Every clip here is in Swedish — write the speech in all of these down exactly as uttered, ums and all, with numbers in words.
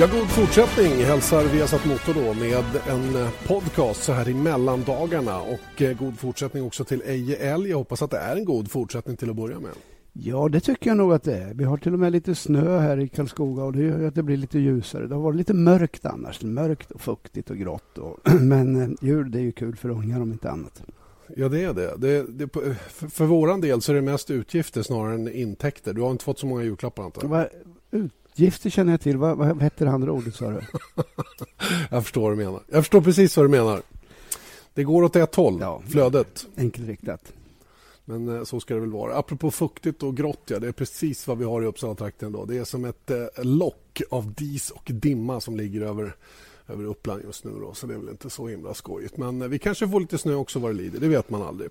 Ja, god fortsättning hälsar Viasat Motor då med en podcast så här i mellandagarna och god fortsättning också till Eje Älg. Jag hoppas att det är en god fortsättning till att börja med. Ja, det tycker jag nog att det är. Vi har till och med lite snö här i Karlskoga och det gör att det blir lite ljusare. Det har varit lite mörkt annars, mörkt och fuktigt och grått. Och men djur, det är ju kul för ungar om inte annat. Ja, det är det. det, det för, för våran del så är det mest utgifter snarare än intäkter. Du har inte fått så många julklappar, antar jag. Utgifter känner jag till. Vad, vad heter det andra ordet, sa du? Jag förstår vad du menar. Jag förstår precis vad du menar. Det går åt ett håll, ja, flödet. Enkelriktat. Men så ska det väl vara. Apropå fuktigt och grått, ja, det är precis vad vi har i Uppsala-trakten då. Det är som ett eh, lock av dis och dimma som ligger över, över Uppland just nu då. Så det är väl inte så himla skojigt. Men eh, vi kanske får lite snö också vad det lider, det vet man aldrig.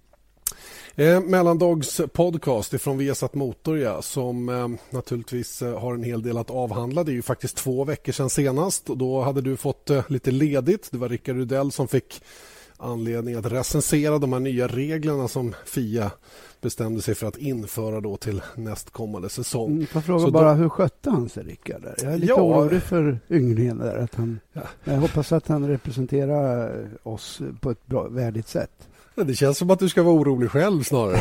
Eh, mellandags podcast ifrån Viasat Motor, ja, som eh, naturligtvis eh, har en hel del att avhandla. Det är ju faktiskt två veckor sedan senast och då hade du fått eh, lite ledigt. Det var Rickard Rudell som fick anledning att recensera de här nya reglerna som F I A bestämde sig för att införa då till nästkommande säsong. Mm, jag frågar Så bara, då... hur skötte han sig, Rickard? Jag är lite ja. orolig för ynglingen där. Att han, ja. Jag hoppas att han representerar oss på ett bra, värdigt sätt. Det känns som att du ska vara orolig själv snarare.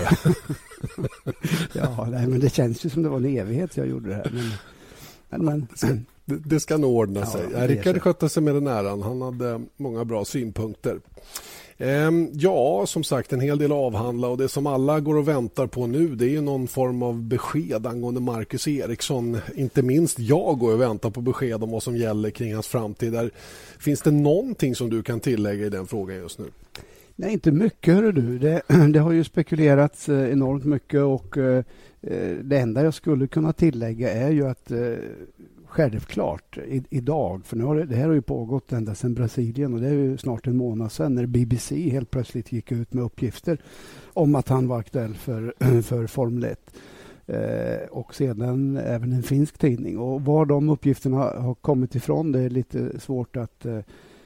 ja, nej, men det känns ju som det var en evighet jag gjorde det här. Men, men, men. Det, det ska nog ordna sig. Ja, Rickard skötte sig med den äran. Han hade många bra synpunkter. Ehm, ja, som sagt, en hel del avhandla och det som alla går och väntar på nu, det är ju någon form av besked angående Marcus Eriksson. Inte minst jag går och väntar på besked om vad som gäller kring hans framtid. Där, finns det någonting som du kan tillägga i den frågan just nu? Nej, inte mycket, hör du. Det, det har ju spekulerats enormt mycket och eh, det enda jag skulle kunna tillägga är ju att eh, självklart i, idag, för nu har det, det här har ju pågått ända sedan Brasilien och det är ju snart en månad sedan när B B C helt plötsligt gick ut med uppgifter om att han var aktuell för, för Formel ett. Eh, och sedan även en finsk tidning. Och var de uppgifterna har kommit ifrån, det är lite svårt att, eh,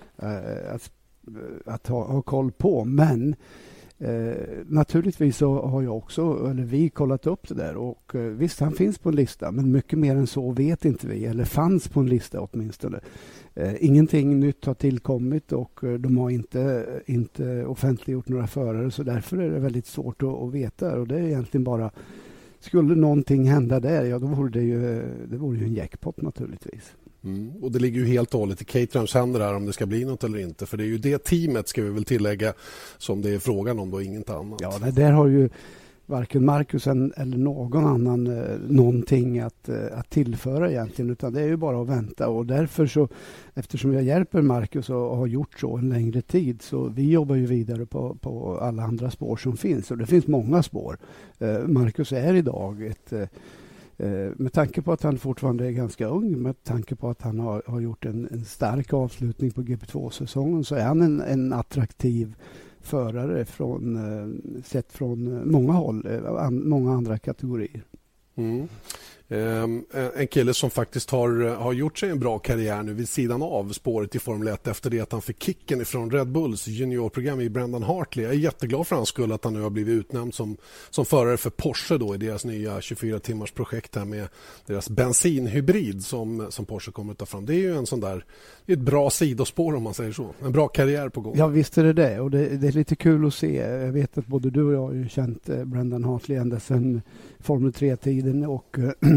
att att ha, ha koll på, men eh, naturligtvis så har jag också, eller vi kollat upp det där och eh, visst, han finns på en lista, men mycket mer än så vet inte vi, eller fanns på en lista åtminstone. Eh, ingenting nytt har tillkommit och eh, de har inte, inte offentliggjort några förare, så därför är det väldigt svårt att, att veta, och det är egentligen bara, skulle någonting hända där, ja då vore det ju, det vore ju en jackpot naturligtvis. Mm. Och det ligger ju helt och hållet i Caterhams händer här om det ska bli något eller inte. För det är ju det teamet, ska vi väl tillägga, som det är frågan om då, inget annat. Ja, det där har ju varken Marcus eller någon annan eh, någonting att, eh, att tillföra egentligen, utan det är ju bara att vänta. Och därför så, eftersom jag hjälper Marcus och har gjort så en längre tid, så vi jobbar ju vidare på, på alla andra spår som finns. Och det finns många spår. Eh, Marcus är idag ett... Eh, Med tanke på att han fortfarande är ganska ung, med tanke på att han har, har gjort en, en stark avslutning på G P två-säsongen, så är han en, en attraktiv förare från, sett från många håll, många andra kategorier. Mm. Um, en kille som faktiskt har, har gjort sig en bra karriär nu vid sidan av spåret i Formel ett efter det att han fick kicken ifrån Red Bulls juniorprogram i Brendan Hartley. Jag är jätteglad för hans skull att han nu har blivit utnämnd som, som förare för Porsche då, i deras nya tjugofyra timmars projekt här med deras bensinhybrid som, som Porsche kommer att ta fram. Det är ju en sån där, det är ett bra sidospår om man säger så. En bra karriär på gång. Ja, visst är det det, och det, det är lite kul att se. Jag vet att både du och jag har ju känt Brendan Hartley ända sedan Formel tre-tiden, och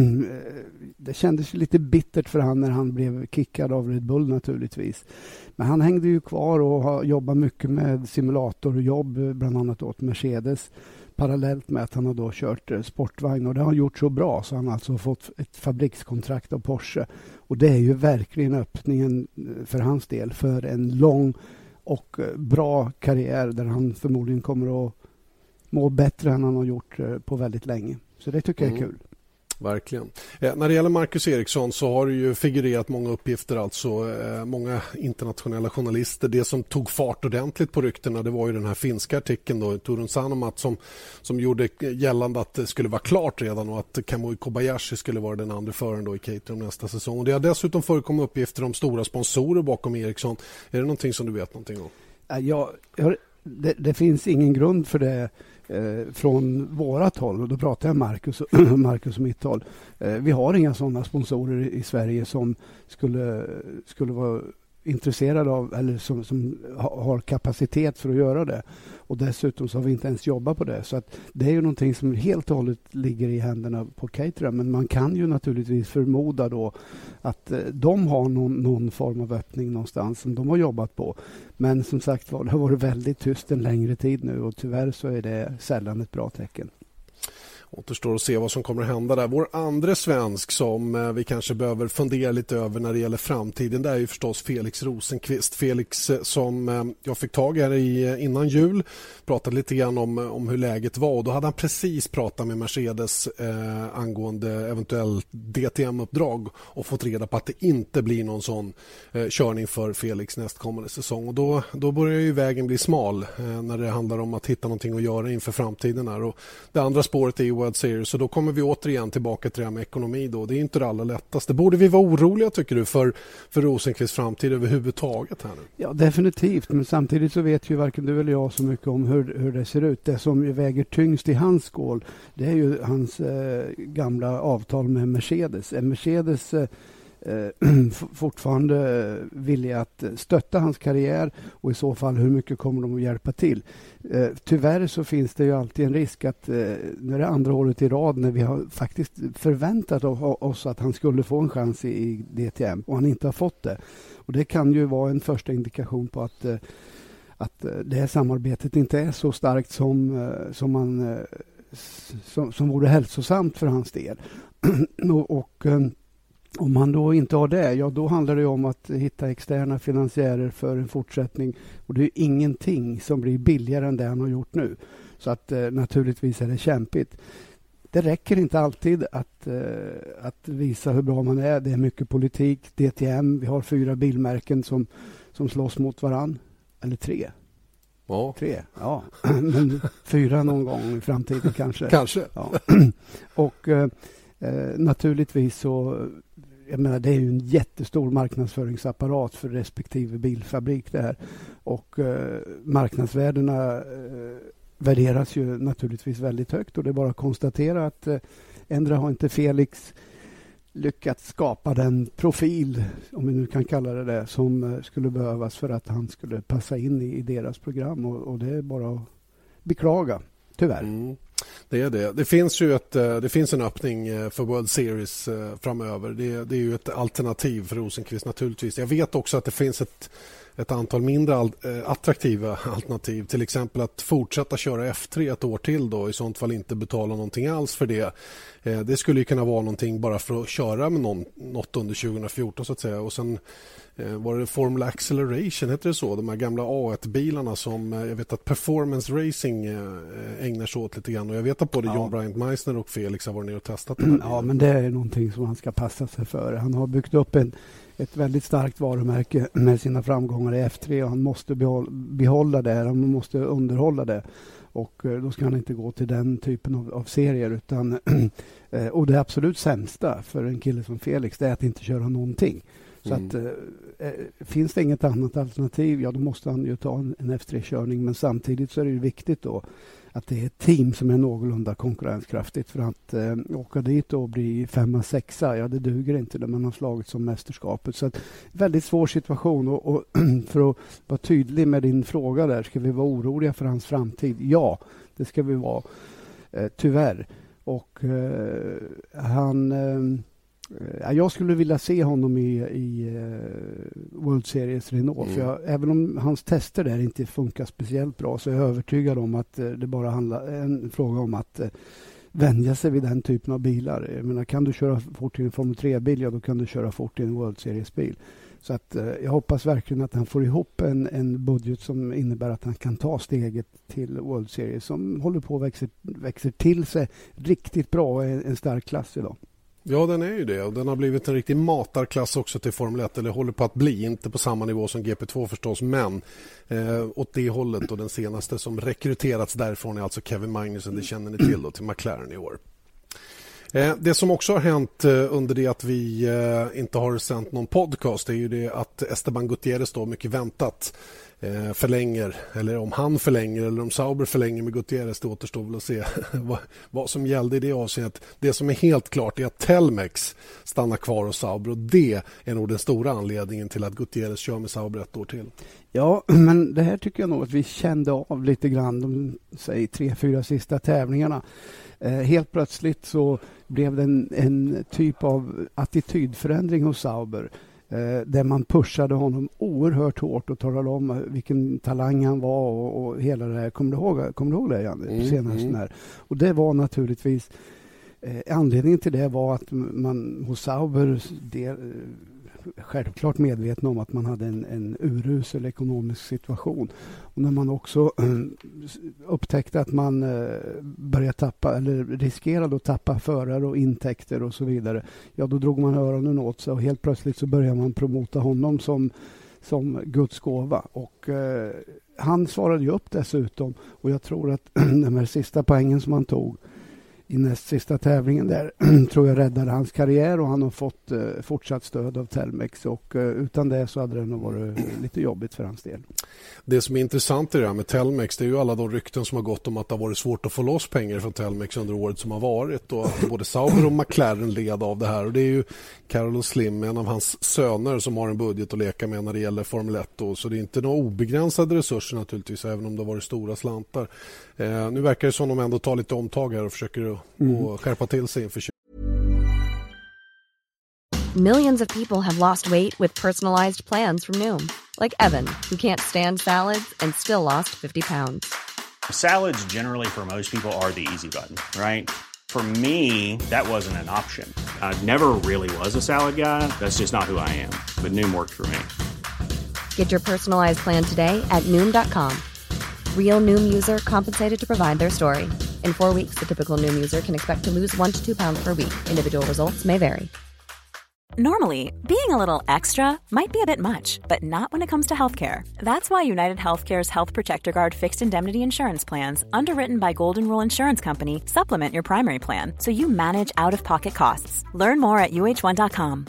det kändes lite bittert för han när han blev kickad av Red Bull naturligtvis. Men han hängde ju kvar och har jobbat mycket med simulatorjobb, bland annat åt Mercedes, parallellt med att han har då kört sportvagn, och det har han gjort så bra så han har alltså fått ett fabrikskontrakt av Porsche, och det är ju verkligen öppningen för hans del för en lång och bra karriär där han förmodligen kommer att må bättre än han har gjort på väldigt länge. Så det tycker jag är kul. Verkligen. Eh, när det gäller Marcus Eriksson så har det ju figurerat många uppgifter, alltså eh, många internationella journalister. Det som tog fart ordentligt på ryktena, det var ju den här finska artikeln då, Turun Sanomat, som, som gjorde gällande att det skulle vara klart redan och att Kamui Kobayashi skulle vara den andra föraren då i Caterham nästa säsong. Och det har dessutom förekommit uppgifter om stora sponsorer bakom Eriksson. Är det någonting som du vet någonting om? Ja, jag, det, det finns ingen grund för det eh, från vårat håll, och då pratar jag Marcus, Marcus och mitt håll. Eh, vi har inga sådana sponsorer i, i Sverige som skulle, skulle vara intresserade av eller som, som har kapacitet för att göra det. Och dessutom så har vi inte ens jobbat på det. Så att det är ju någonting som helt och hållet ligger i händerna på caterer. Men man kan ju naturligtvis förmoda då att de har någon, någon form av öppning någonstans som de har jobbat på. Men som sagt var, det har varit väldigt tyst en längre tid nu och tyvärr så är det sällan ett bra tecken. Återstår att se vad som kommer att hända där. Vår andra svensk som vi kanske behöver fundera lite över när det gäller framtiden, det är ju förstås Felix Rosenqvist. Felix som jag fick tag här i innan jul, pratade lite grann om, om hur läget var och då hade han precis pratat med Mercedes eh, angående eventuellt D T M-uppdrag och fått reda på att det inte blir någon sån eh, körning för Felix nästkommande säsong. Och då, då börjar ju vägen bli smal eh, när det handlar om att hitta någonting att göra inför framtiden här. Och det andra spåret är ju World Series, så då kommer vi återigen tillbaka till det här med ekonomi då. Det är inte det allra lättaste. Borde vi vara oroliga tycker du för, för Rosenqvists framtid överhuvudtaget här nu? Ja, definitivt. Men samtidigt så vet ju varken du eller jag så mycket om hur, hur det ser ut. Det som ju väger tyngst i hans skål, det är ju hans eh, gamla avtal med Mercedes. Är Mercedes eh, fortfarande villiga att stötta hans karriär och i så fall hur mycket kommer de att hjälpa till? Eh, tyvärr så finns det ju alltid en risk att eh, när det är andra året i rad när vi har faktiskt förväntat oss att han skulle få en chans i, i D T M och han inte har fått det. Och det kan ju vara en första indikation på att eh, att det här samarbetet inte är så starkt som, som, man, som, som vore hälsosamt för hans del. och, och om man då inte har det, ja då handlar det om att hitta externa finansiärer för en fortsättning. Och det är ingenting som blir billigare än det han har gjort nu. Så att naturligtvis är det kämpigt. Det räcker inte alltid att, att visa hur bra man är. Det är mycket politik, D T M, vi har fyra bilmärken som, som slåss mot varann. Eller tre. Ja. Tre, ja. Men fyra någon gång i framtiden kanske. Kanske. Ja. Och eh, naturligtvis så, jag menar det är ju en jättestor marknadsföringsapparat för respektive bilfabrik det här. Och eh, marknadsvärdena eh, värderas ju naturligtvis väldigt högt och det är bara att konstatera att eh, ändra har inte Felix lyckats skapa den profil, om vi nu kan kalla det det, som skulle behövas för att han skulle passa in i, i deras program och, och det är bara att beklaga, tyvärr. Mm. Det är det. Det finns ju ett, det finns en öppning för World Series framöver. Det, det är ju ett alternativ för Rosenqvist naturligtvis. Jag vet också att det finns ett ett antal mindre attraktiva alternativ. Till exempel att fortsätta köra F tre ett år till då. I sånt fall inte betala någonting alls för det. Det skulle ju kunna vara någonting bara för att köra med någon, något under tjugo fjorton så att säga. Och sen var det Formula Acceleration, heter det så? De här gamla A ett-bilarna som jag vet att Performance Racing ägnar sig åt lite grann. Och jag vet att både ja. John Bryant Meissner och Felix har varit ner och testat det. Ja, men det är någonting som han ska passa sig för. Han har byggt upp en ett väldigt starkt varumärke med sina framgångar i F tre och han måste behålla, behålla det, han måste underhålla det och då ska han inte gå till den typen av, av serier utan och det absolut sämsta för en kille som Felix det är att inte köra någonting. Så mm. att äh, finns det inget annat alternativ, ja då måste han ju ta en, en F tre-körning men samtidigt så är det ju viktigt då att det är ett team som är någorlunda konkurrenskraftigt för att eh, åka dit och bli femma, sexa, ja det duger inte när man har slagit som mästerskapet. Så att väldigt svår situation och, och för att vara tydlig med din fråga där, ska vi vara oroliga för hans framtid? Ja, det ska vi vara, eh, tyvärr. Och eh, han... Eh, jag skulle vilja se honom i, i World Series Renault. Mm. För jag, även om hans tester där inte funkar speciellt bra så är jag övertygad om att det bara handlar en fråga om att vänja sig vid den typen av bilar. Jag menar, kan du köra fort i en Formel tre-bil, ja då kan du köra fort i en World Series-bil. Så att, jag hoppas verkligen att han får ihop en, en budget som innebär att han kan ta steget till World Series som håller på att växa, växer till sig riktigt bra och är en stark klass idag. Ja, den är ju det. Och den har blivit en riktig matarklass också till Formel ett. Eller håller på att bli, inte på samma nivå som G P två förstås, men eh, åt det hållet. Och den senaste som rekryterats därifrån är alltså Kevin Magnussen, det känner ni till då, till McLaren i år. Eh, det som också har hänt eh, under det att vi eh, inte har sänt någon podcast är ju det att Esteban Gutierrez då, mycket väntat, eh, förlänger, eller om han förlänger eller om Sauber förlänger med Gutierrez, det återstår väl att se vad, vad som gällde i det avseendet. Det som är helt klart är att Telmex stannar kvar hos Sauber, och det är nog den stora anledningen till att Gutierrez kör med Sauber ett år till. Ja, men det här tycker jag nog att vi kände av lite grann de säg, tre, fyra sista tävlingarna. Eh, helt plötsligt så blev det en, en typ av attitydförändring hos Sauber, eh, där man pushade honom oerhört hårt och talade om vilken talang han var och, och hela det här. Kommer du ihåg, kommer du ihåg det, Janne? Mm, Senast mm. här. Och det var naturligtvis eh, anledningen till det var att man hos Sauber del, självklart medveten om att man hade en, en urusel ekonomisk situation. Och när man också äh, upptäckte att man äh, började tappa eller riskerade att tappa förare och intäkter och så vidare, ja då drog man öronen åt sig och helt plötsligt så började man promota honom som, som Guds gåva. Och äh, han svarade ju upp dessutom, och jag tror att den här sista poängen som han tog i näst sista tävlingen där tror jag räddade hans karriär, och han har fått eh, fortsatt stöd av Telmex, och eh, utan det så hade det nog varit lite jobbigt för hans del. Det som är intressant i det här med Telmex, det är ju alla de rykten som har gått om att det har varit svårt att få loss pengar från Telmex under året som har varit, och att både Sauber och McLaren led av det här, och det är ju Carlos Slim, en av hans söner, som har en budget att leka med när det gäller Formel ett då, så det är inte några obegränsade resurser naturligtvis, även om det har varit stora slantar. Eh, nu verkar det som de ändå tar lite omtag här och försöker mm. att skärpa till sig inför. Millions of people have lost weight with personalized plans from Noom. Like Evan, who can't stand salads and still lost fifty pounds. Salads generally for most people are the easy button, right? For me, that wasn't an option. I never really was a salad guy. That's just not who I am. But Noom worked for me. Get your personalized plan today at Noom dot com. Real Noom user compensated to provide their story. In four weeks, the typical Noom user can expect to lose one to two pounds per week. Individual results may vary. Normally, being a little extra might be a bit much, but not when it comes to healthcare. That's why United Healthcare's Health Protector Guard fixed indemnity insurance plans, underwritten by Golden Rule Insurance Company, supplement your primary plan so you manage out-of-pocket costs. Learn more at U H one dot com.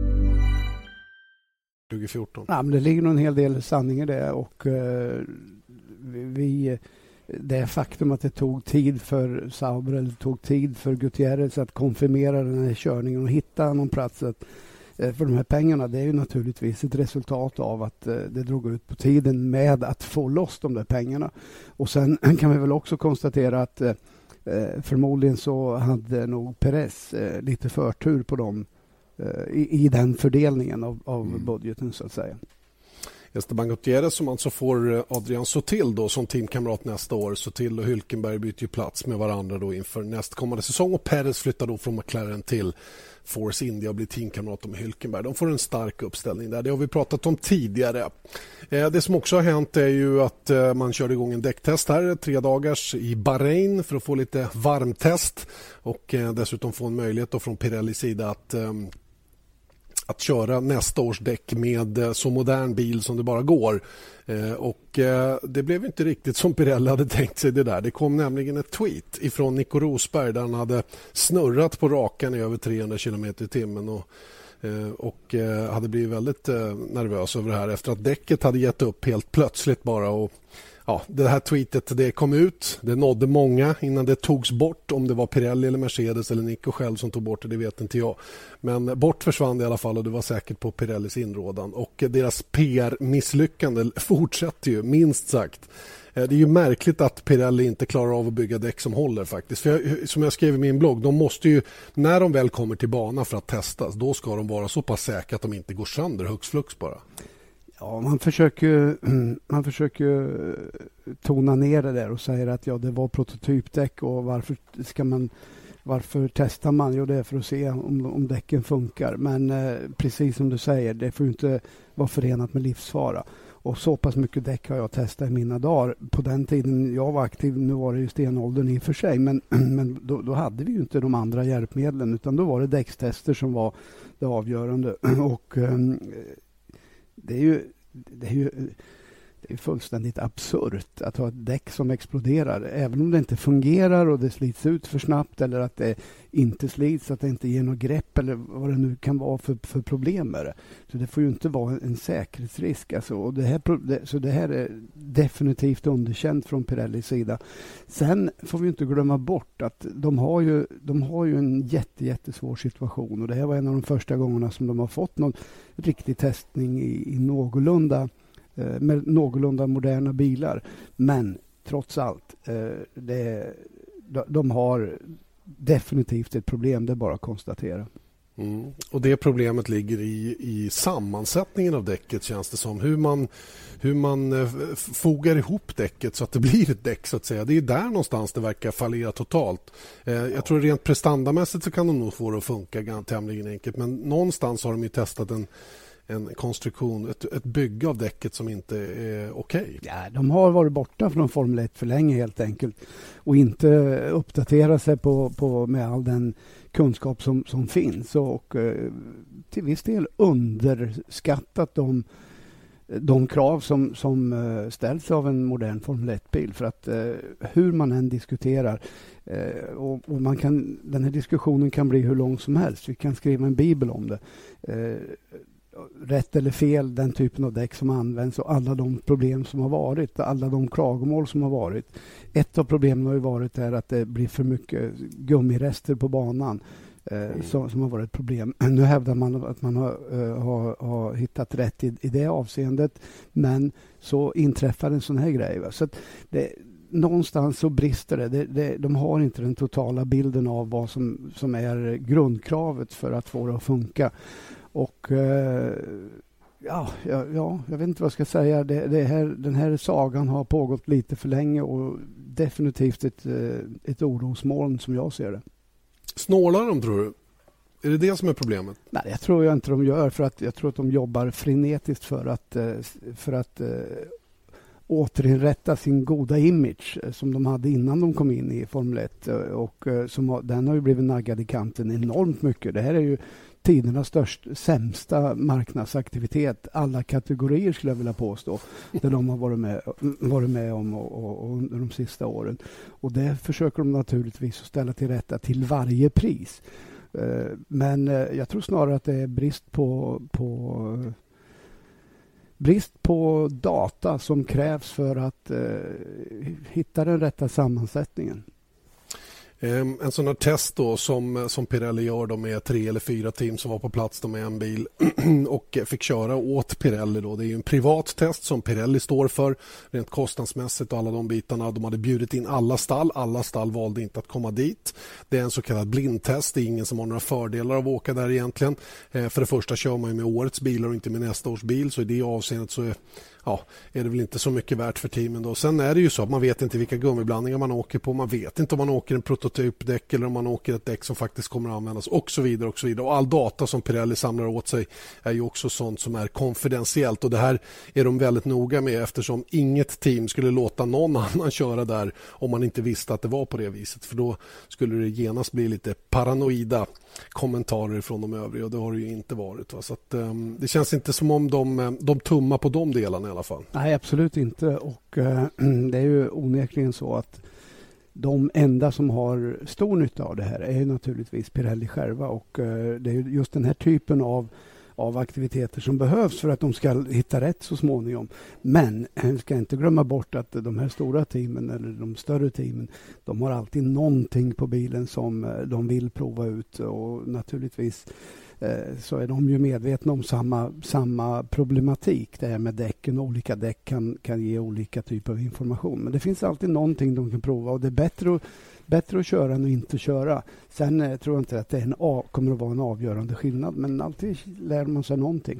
tjugo fjorton. Ja, men det ligger nog en hel del sanning i det, och uh, vi... Det faktum att det tog tid för Sauber, eller tog tid för Gutierrez att konfirmera den här körningen och hitta någon plats att, för de här pengarna, det är ju naturligtvis ett resultat av att det drog ut på tiden med att få loss de där pengarna. Och sen kan vi väl också konstatera att förmodligen så hade nog Perez lite förtur på dem i, i den fördelningen av, av mm. budgeten så att säga. Esteban Gutierrez som alltså får Adrian Sutil då som teamkamrat nästa år. Sutil och Hülkenberg byter ju plats med varandra då inför nästkommande säsong, och Perez flyttar då från McLaren till Force India och blir teamkamrat med Hülkenberg. De får en stark uppställning där. Det har vi pratat om tidigare. Det som också har hänt är ju att man körde igång en däcktest här, tre dagars i Bahrain för att få lite varmtest, och dessutom få en möjlighet då från Pirellis sida att att köra nästa års däck med så modern bil som det bara går. Eh, och eh, det blev inte riktigt som Pirelli hade tänkt sig det där. Det kom nämligen ett tweet ifrån Nico Rosberg där han hade snurrat på rakan i över trehundra kilometer i timmen och, eh, och eh, hade blivit väldigt eh, nervös över det här efter att däcket hade gett upp helt plötsligt bara. Och ja, det här tweetet det kom ut, det nådde många innan det togs bort. Om det var Pirelli eller Mercedes eller Nico själv som tog bort det, det vet inte jag. Men bort försvann det i alla fall, och det var säkert på Pirellis inrådan. Och deras P R-misslyckande fortsätter ju, minst sagt. Det är ju märkligt att Pirelli inte klarar av att bygga däck som håller faktiskt. För jag, som jag skrev i min blogg, de måste ju, när de väl kommer till bana för att testas, då ska de vara så pass säkra att de inte går sönder hux flux bara. Ja, man försöker, man försöker tona ner det där och säger att ja, det var prototypdäck, och varför ska man, varför testar man? Jo, det är för att se om, om däcken funkar. Men eh, precis som du säger, det får inte vara förenat med livsfara. Och så pass mycket däck har jag testat i mina dagar. På den tiden jag var aktiv, nu var det ju stenåldern i och för sig, men, men då, då hade vi ju inte de andra hjälpmedlen, utan då var det däckstester som var det avgörande. Och eh, det är ju, det är ju Det är fullständigt absurt att ha ett däck som exploderar. Även om det inte fungerar och det slits ut för snabbt eller att det inte slits, att det inte ger något grepp eller vad det nu kan vara för, för problem med det. Så det får ju inte vara en säkerhetsrisk. Alltså. Och det här, så det här är definitivt underkänt från Pirellis sida. Sen får vi inte glömma bort att de har ju, de har ju en jätte, jättesvår situation. Och det här var en av de första gångerna som de har fått någon riktig testning i, i någorlunda med någorlunda moderna bilar. Men trots allt, det, de har definitivt ett problem, det är bara att konstatera. Mm. Och det problemet ligger i, i sammansättningen av däcket, känns det som. Hur man, hur man eh, fogar ihop däcket så att det blir ett däck, så att säga. Det är där någonstans det verkar fallera totalt. Eh, jag tror rent prestandamässigt så kan de nog få det att funka tämligen enkelt. Men någonstans har de ju testat en en konstruktion, ett, ett bygge av däcket som inte är okej. Okay. Ja, de har varit borta från Formel ett för länge helt enkelt och inte uppdatera sig på, på med all den kunskap som, som finns och eh, till viss del underskattat de, de krav som, som eh, ställs av en modern Formel ett-bil, för att eh, hur man än diskuterar eh, och, och man kan, den här diskussionen kan bli hur lång som helst. Vi kan skriva en bibel om det. Eh, rätt eller fel, den typen av däck som används och alla de problem som har varit, alla de klagomål som har varit. Ett av problemen har ju varit är att det blir för mycket gummirester på banan eh, mm. som, som har varit ett problem. Nu hävdar man att man har, uh, har, har hittat rätt i, i det avseendet, men så inträffar en sån här grej. Va? Så att det, någonstans så brister det. Det, det. De har inte den totala bilden av vad som, som är grundkravet för att få det att funka. Och eh, ja, ja, ja, jag vet inte vad jag ska säga. Det, det här, den här sagan har pågått lite för länge och definitivt ett, ett orosmoln som jag ser det. Snålar de, tror du? Är det det som är problemet? Nej, jag tror jag inte de gör, för att jag tror att de jobbar frenetiskt för att, för att återinrätta sin goda image som de hade innan de kom in i Formel ett, och som, den har ju blivit naggad i kanten enormt mycket. Det här är ju tidernas störst, sämsta marknadsaktivitet, alla kategorier skulle jag vilja påstå, där de har varit med, varit med om och, och, och under de sista åren. Och det försöker de naturligtvis att ställa till rätta till varje pris. Men jag tror snarare att det är brist på, på brist på data som krävs för att eh, hitta den rätta sammansättningen. En sån här test då som, som Pirelli gör då med tre eller fyra team som var på plats då med en bil och fick köra åt Pirelli då. Det är ju en privat test som Pirelli står för rent kostnadsmässigt och alla de bitarna. De hade bjudit in alla stall. Alla stall valde inte att komma dit. Det är en så kallad blindtest. Det är ingen som har några fördelar av att åka där egentligen. För det första kör man ju med årets bilar och inte med nästa års bil, så i det avseendet så är ja, är det väl inte så mycket värt för teamen då. Sen är det ju så att man vet inte vilka gummiblandningar man åker på. Man vet inte om man åker en prototypdäck eller om man åker ett däck som faktiskt kommer att användas och så vidare och så vidare. Och all data som Pirelli samlar åt sig är ju också sånt som är konfidentiellt, och det här är de väldigt noga med eftersom inget team skulle låta någon annan köra där om man inte visste att det var på det viset, för då skulle det genast bli lite paranoida kommentarer från de övriga, och det har det ju inte varit. Va? Så att, um, det känns inte som om de, de tummar på de delarna i alla fall. Nej, absolut inte. Och uh, det är ju onekligen så att de enda som har stor nytta av det här är ju naturligtvis Pirelli själva, och uh, det är just den här typen av av aktiviteter som behövs för att de ska hitta rätt så småningom. Men vi ska inte glömma bort att de här stora teamen eller de större teamen, de har alltid någonting på bilen som de vill prova ut, och naturligtvis eh, så är de ju medvetna om samma, samma problematik. Det här med däcken, olika däck kan, kan ge olika typer av information. Men det finns alltid någonting de kan prova, och det är bättre att Bättre att köra än att inte köra. Sen eh, tror jag inte att det är en A, kommer att vara en avgörande skillnad. Men alltid lär man sig någonting.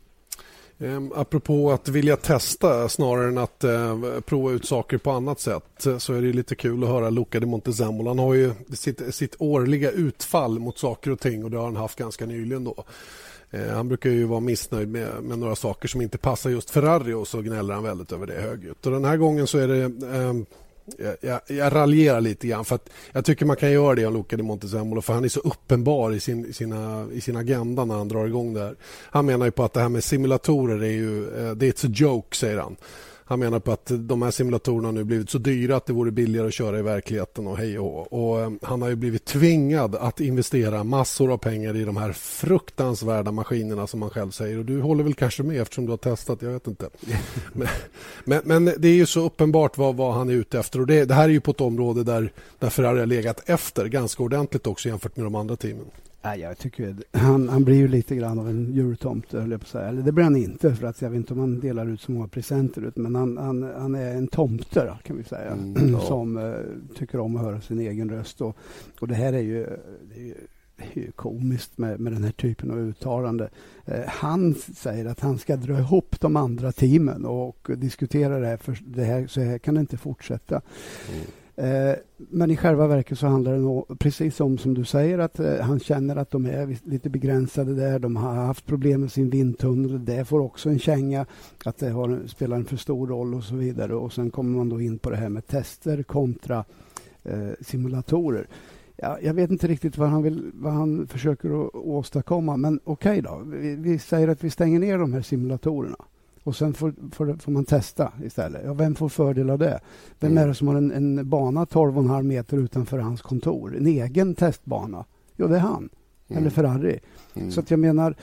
Um, apropå att vilja testa snarare än att uh, prova ut saker på annat sätt, så är det lite kul att höra Luca di Montezemolo. Han har ju sitt, sitt årliga utfall mot saker och ting, och det har han haft ganska nyligen då. Uh, han brukar ju vara missnöjd med, med några saker som inte passar just Ferrari, och så gnäller han väldigt över det högljutt. Och den här gången så är det... Um, Jag, jag, jag raljerar lite grann, för att jag tycker man kan göra det av Luca di Montezemolo, för han är så uppenbar i sin, i sina, i sin agenda när han drar igång det här. Han menar ju på att det här med simulatorer är ju, det är ett joke, säger han. Han menar på att de här simulatorerna nu blivit så dyra att det vore billigare att köra i verkligheten och hej och, och eh, han har ju blivit tvingad att investera massor av pengar i de här fruktansvärda maskinerna som man själv säger, och du håller väl kanske med eftersom du har testat, jag vet inte. men, men, men det är ju så uppenbart vad, vad han är ute efter, och det, det här är ju på ett område där, där Ferrari har legat efter ganska ordentligt också jämfört med de andra teamen. Nej, jag tycker han, han blir ju lite grann av en jultomte, höll jag på att säga. Eller det blir han inte, för att jag vet inte om han delar ut så många presenter ut, men han, han, han är en tomte då, kan vi säga, mm, ja. som uh, tycker om att höra sin egen röst. Och, och det här är ju, det är ju, det är ju komiskt med, med den här typen av uttalande. Uh, han säger att han ska dra ihop de andra teamen och diskutera det här, för det här, så här kan det inte fortsätta. Mm. Men i själva verket så handlar det nog, precis som, som du säger, att eh, han känner att de är lite begränsade där. De har haft problem med sin vindtunnel. Det får också en känga att det har, spelar en för stor roll och så vidare. Och sen kommer man då in på det här med tester kontra eh, simulatorer. Ja, jag vet inte riktigt vad han, vill, vad han försöker att åstadkomma, men okej okay då. Vi, vi säger att vi stänger ner de här simulatorerna. Och sen får, får, får man testa istället. Ja, vem får fördel av det? Vem är det som har en, en bana tolv komma fem meter utanför hans kontor? En egen testbana? Jo, det är han. Mm. Eller Ferrari. Mm. Så att jag menar,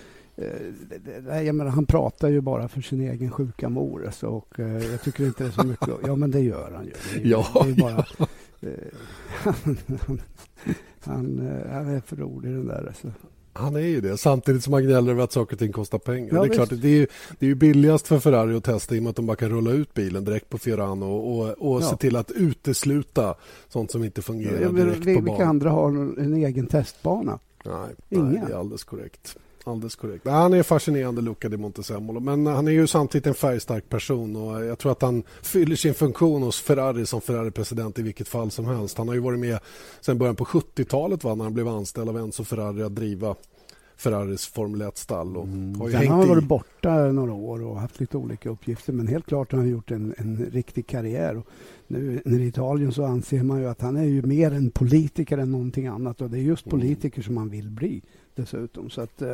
eh, jag menar, han pratar ju bara för sin egen sjuka mor. Alltså, och eh, jag tycker inte det är så mycket. Ja, men det gör han ju. Det är, ja, det är bara, ja. Eh, han, han, han, han är för rolig den där. Alltså. Han är ju det, samtidigt som han gnäller över att saker och ting kostar pengar. Ja, det är klart, det är, ju, det är ju billigast för Ferrari att testa i och med att de bara kan rulla ut bilen direkt på Fiorano och, och, och ja. se till att utesluta sånt som inte fungerar ja, direkt vi, på banan. Vilka andra har en egen testbana? Nej, Inga. nej, det är alldeles korrekt. Alldeles korrekt. Han är fascinerande, Luca di Montezemolo, men han är ju samtidigt en färgstark person och jag tror att han fyller sin funktion hos Ferrari som Ferrari-president i vilket fall som helst. Han har ju varit med sedan början på sjuttiotalet va, när han blev anställd av Enzo Ferrari att driva Ferraris Formel ett-stall. Och mm. har ju Sen hängt har han varit i... borta några år och haft lite olika uppgifter, men helt klart har han gjort en, en riktig karriär. Och nu i Italien så anser man ju att han är ju mer en politiker än någonting annat, och det är just mm. politiker som han vill bli dessutom. Så att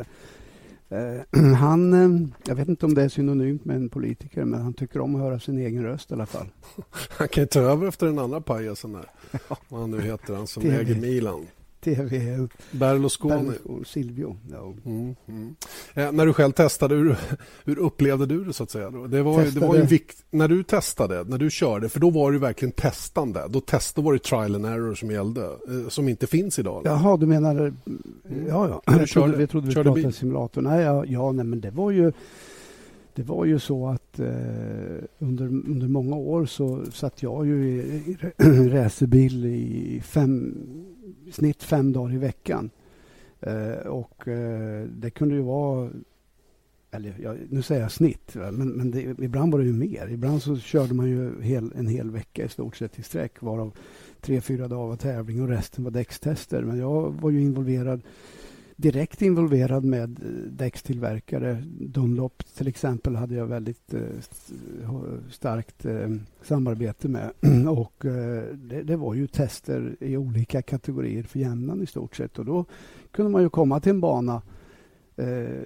eh, han, eh, jag vet inte om det är synonymt med en politiker, men han tycker om att höra sin egen röst i alla fall. Han kan ju ta över efter den andra pajasen där. Ja. Vad han nu heter, han som äger Milan. T V Berlusconi. Berlusconi. Silvio. No. Mm, mm. Eh, när du själv testade, hur, hur upplevde du det så att säga? Då? Det var, det var ju vikt, när du testade, när du körde, för då var det verkligen testande. Då testade var det trial and error som gällde, eh, som inte finns idag. Eller? Jaha, du menar... Mm. Ja, ja. Jag körde, trodde, vi trodde vi pratade simulator. Nej, ja, ja, nej, men det var ju... Det var ju så att eh, under, under många år så satt jag ju i, i racerbil i fem, snitt fem dagar i veckan. Eh, och eh, det kunde ju vara, eller ja, nu säger jag snitt, men, men det, ibland var det ju mer. Ibland så körde man ju hel, en hel vecka i stort sett i sträck, varav tre, fyra dagar var tävling och resten var däckstester. Men jag var ju involverad direkt involverad med däckstillverkare. Dunlop till exempel hade jag väldigt eh, starkt eh, samarbete med. Och eh, det, det var ju tester i olika kategorier för jämnan i stort sett. Och då kunde man ju komma till en bana. Eh,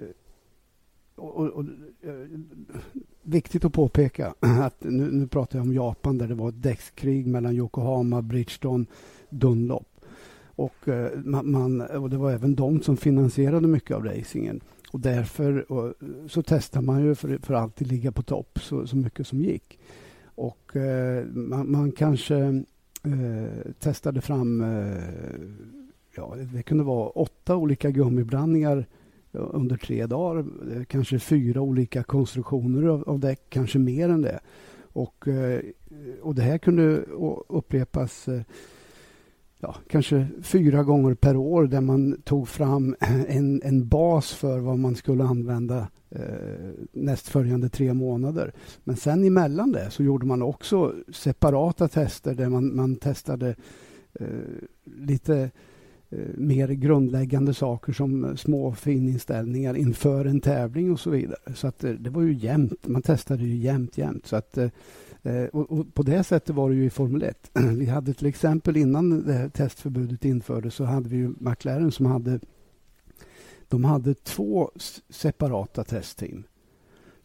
och, och, och, viktigt att påpeka att nu, nu pratar jag om Japan där det var ett däckskrig mellan Yokohama, Bridgestone, Dunlop. Och, eh, man, man, och det var även de som finansierade mycket av racingen. Och därför och, så testade man ju för, för att alltid ligga på topp så, så mycket som gick. Och eh, man, man kanske eh, testade fram, eh, ja, det kunde vara åtta olika gummiblandningar under tre dagar. Kanske fyra olika konstruktioner av, av däck, kanske mer än det. Och, eh, och det här kunde upprepas eh, Ja, kanske fyra gånger per år där man tog fram en, en bas för vad man skulle använda eh, nästföljande tre månader. Men sen emellan det så gjorde man också separata tester där man, man testade eh, lite eh, mer grundläggande saker som små fininställningar inför en tävling och så vidare. Så att eh, det var ju jämnt, man testade ju jämnt jämnt så att eh, Eh, och, och på det sättet var det ju i Formel ett. Vi hade till exempel innan det här testförbudet infördes så hade vi ju McLaren som hade de hade två separata testteam.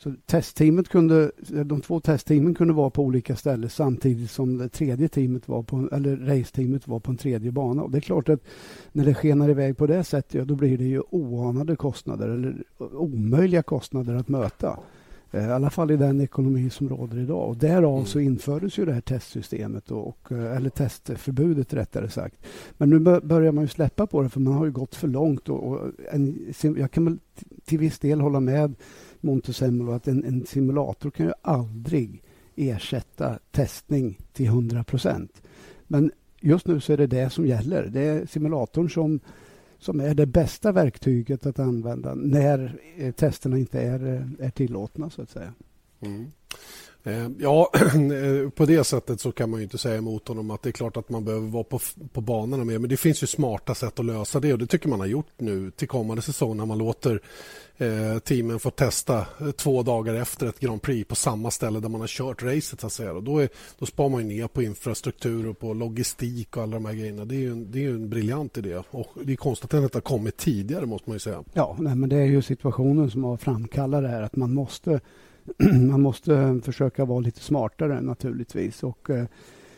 Så testteamet kunde, de två testteamen kunde vara på olika ställen samtidigt som det tredje teamet var på, eller raceteamet var på en tredje bana. Och det är klart att när det skenar iväg på det sättet, ja, då blir det ju oanade kostnader eller omöjliga kostnader att möta. I alla fall i den ekonomi som råder idag. Och därav så infördes ju det här testsystemet och, eller testförbudet rättare sagt. Men nu börjar man ju släppa på det för man har ju gått för långt. Och, och en, jag kan väl till viss del hålla med Montezemolo att en, en simulator kan ju aldrig ersätta testning till hundra procent. Men just nu så är det det som gäller. Det är simulatorn som som är det bästa verktyget att använda när eh, testerna inte är, är tillåtna så att säga. Mm. Eh, ja, på det sättet så kan man ju inte säga emot honom att det är klart att man behöver vara på, på banorna med, men det finns ju smarta sätt att lösa det och det tycker man har gjort nu till kommande säsong när man låter eh, teamen få testa två dagar efter ett Grand Prix på samma ställe där man har kört racet så att säga. Och då, är, då spar man ju ner på infrastruktur och på logistik och alla de här grejerna. Det är ju en, det är ju en briljant idé och det är konstigt att det inte har kommit tidigare måste man ju säga. Ja, nej, men det är ju situationen som har framkallat det här att man måste man måste försöka vara lite smartare naturligtvis och eh,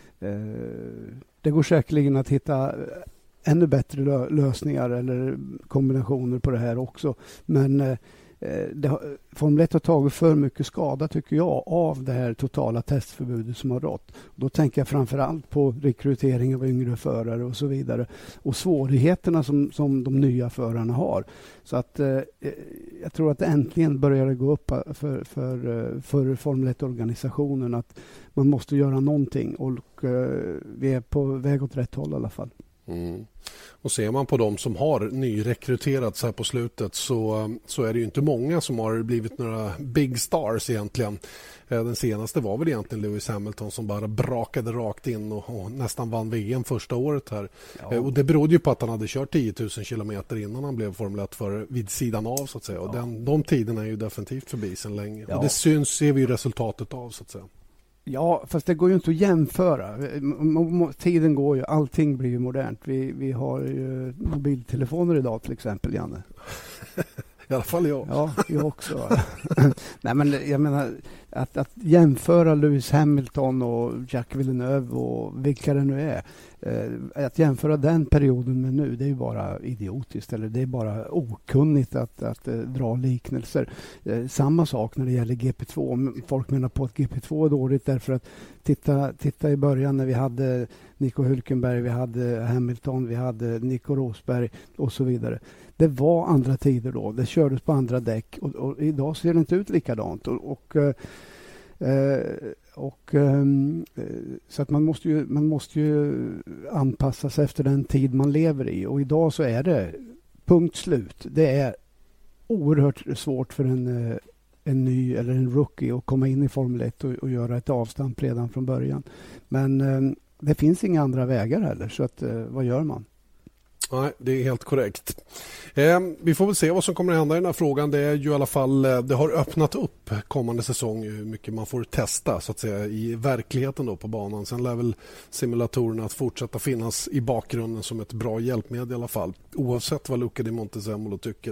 det går säkerligen att hitta ännu bättre lö- lösningar eller kombinationer på det här också. Men eh, det har, Formel ett har tagit för mycket skada tycker jag av det här totala testförbudet som har rått. Då tänker jag framförallt på rekrytering av yngre förare och så vidare. Och svårigheterna som, som de nya förarna har. Så att eh, jag tror att äntligen börjar det gå upp för, för, för Formel ett-organisationen att man måste göra någonting och eh, vi är på väg åt rätt håll i alla fall. Mm. Och ser man på de som har nyrekryterats här på slutet så, så är det ju inte många som har blivit några big stars egentligen. Den senaste var väl egentligen Lewis Hamilton som bara brakade rakt in och, och nästan vann V M första året här. Ja. Och det berodde ju på att han hade kört tio tusen kilometer innan han blev Formel ett för vid sidan av så att säga. Och ja. den, de tiderna är ju definitivt förbi sedan länge. Ja. Och det syns, ser vi ju resultatet av så att säga. Ja, fast det går ju inte att jämföra. Tiden går ju, allting blir ju modernt. Vi, vi har ju mobiltelefoner idag till exempel, Janne. I alla fall jag. Ja, jag också. Nej, men jag menar att, att jämföra Lewis Hamilton och Jacques Villeneuve och vilka det nu är. Eh, att jämföra den perioden med nu, det är ju bara idiotiskt. Eller det är bara okunnigt att, att eh, dra liknelser. Eh, samma sak när det gäller G P två. Folk menar på att G P två är dåligt därför att titta, titta i början när vi hade Nico Hülkenberg, vi hade Hamilton, vi hade Nico Rosberg och så vidare. Det var andra tider då. Det kördes på andra däck och, och idag ser det inte ut likadant. Och, och, eh, och, eh, så att man måste, ju, man måste ju anpassa sig efter den tid man lever i. Och idag så är det punkt slut. Det är oerhört svårt för en, en ny eller en rookie att komma in i Formel ett och, och göra ett avstamp redan från början. Men eh, det finns inga andra vägar heller. Så att, eh, vad gör man? Nej, det är helt korrekt. Eh, vi får väl se vad som kommer att hända i den här frågan. Det är ju i alla fall, det har öppnat upp kommande säsong hur mycket man får testa så att säga i verkligheten då på banan. Sen lär väl simulatorerna att fortsätta finnas i bakgrunden som ett bra hjälpmedel i alla fall. Oavsett vad Luca di Montezemolo tycker.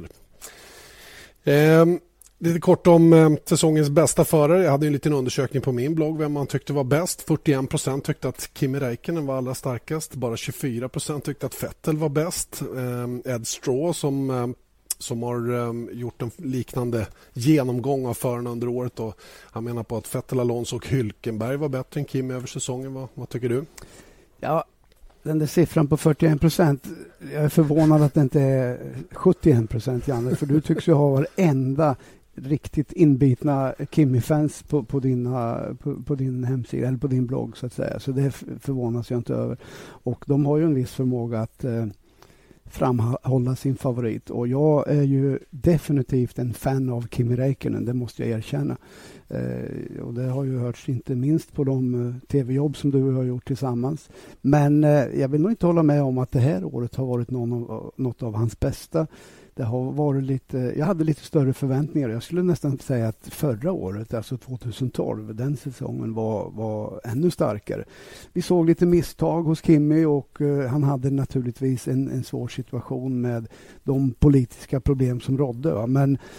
Eh, Lite kort om eh, säsongens bästa förare. Jag hade en liten undersökning på min blogg vem man tyckte var bäst. fyrtioen procent tyckte att Kimi Räikkönen var allra starkast. Bara tjugofyra procent tyckte att Vettel var bäst. Eh, Ed Straw som, eh, som har eh, gjort en liknande genomgång av förarna under året. Och han menar på att Vettel, Alonso och Hülkenberg var bättre än Kimi över säsongen. Vad, vad tycker du? Ja, den där siffran på fyrtioen procent. Jag är förvånad att det inte är sjuttioen procent, Janne. För du tycks ju ha varenda riktigt inbitna Kimi-fans på, på, dina, på, på din hemsida eller på din blogg så att säga. Så det förvånas jag inte över. Och de har ju en viss förmåga att eh, framhålla sin favorit. Och jag är ju definitivt en fan av Kimi Räikkönen, det måste jag erkänna. Eh, och det har ju hörts inte minst på de eh, tv-jobb som du har gjort tillsammans. Men eh, jag vill nog inte hålla med om att det här året har varit någon av, något av hans bästa. Det har varit lite, jag hade lite större förväntningar. Jag skulle nästan säga att förra året, alltså tjugotolv, den säsongen var, var ännu starkare. Vi såg lite misstag hos Kimi och uh, han hade naturligtvis en, en svår situation med de politiska problem som rådde. Va? Men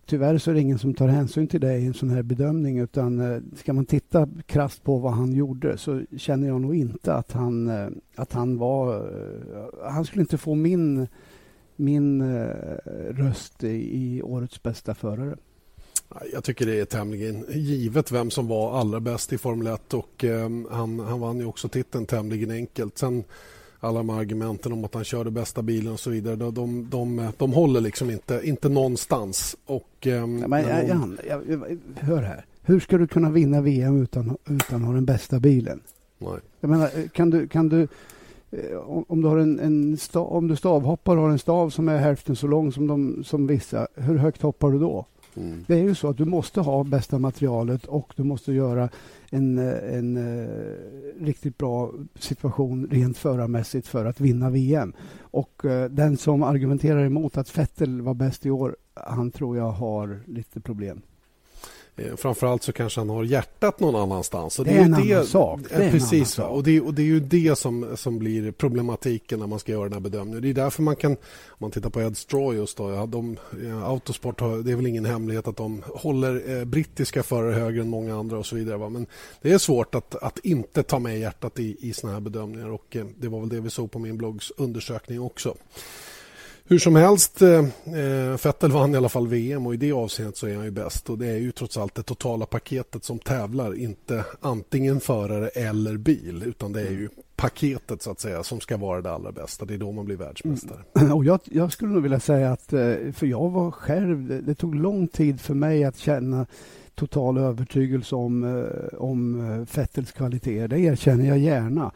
tyvärr så är det ingen som tar hänsyn till det i en sån här bedömning, utan eh, ska man titta krasst på vad han gjorde så känner jag nog inte att han, eh, att han var... Eh, han skulle inte få min, min eh, röst i, i årets bästa förare. Jag tycker det är tämligen givet vem som var allra bäst i Formel ett, och eh, han, han vann ju också titeln tämligen enkelt. Sen alla de argumenten om att han körde bästa bilen och så vidare, de, de, de, de håller liksom inte, inte någonstans. Och, eh, men, jag, jag, jag, jag, hör här, hur ska du kunna vinna V M utan, utan att ha den bästa bilen? Nej. Jag menar, kan du... Kan du om du har en, en stav, om du stavhoppar och har en stav som är hälften så lång som, de, som vissa, hur högt hoppar du då? Mm. Det är ju så att du måste ha bästa materialet och du måste göra en, en, en riktigt bra situation rent förarmässigt för att vinna V M. Och uh, den som argumenterar emot att Vettel var bäst i år, han tror jag har lite problem. Framförallt så kanske han har hjärtat någon annanstans. Och det, det är en det, annan sak. Det är precis, annan sak. Och, det, och det är ju det som, som blir problematiken när man ska göra den här bedömningen. Det är därför man kan, om man tittar på Ed Straw just då, ja, de, ja, Autosport har, det är väl ingen hemlighet att de håller eh, brittiska förare högre än många andra och så vidare. Va? Men det är svårt att, att inte ta med hjärtat i, i såna här bedömningar, och eh, det var väl det vi såg på min bloggs undersökning också. Hur som helst, eh, Vettel vann i alla fall V M, och i det avseendet så är han ju bäst. Och det är ju trots allt det totala paketet som tävlar, inte antingen förare eller bil, utan det är ju paketet så att säga som ska vara det allra bästa. Det är då man blir världsmästare. Mm. Och jag, jag skulle nog vilja säga att, för jag var själv, det, det tog lång tid för mig att känna total övertygelse om, om Vettels kvaliteter. Det erkänner jag gärna.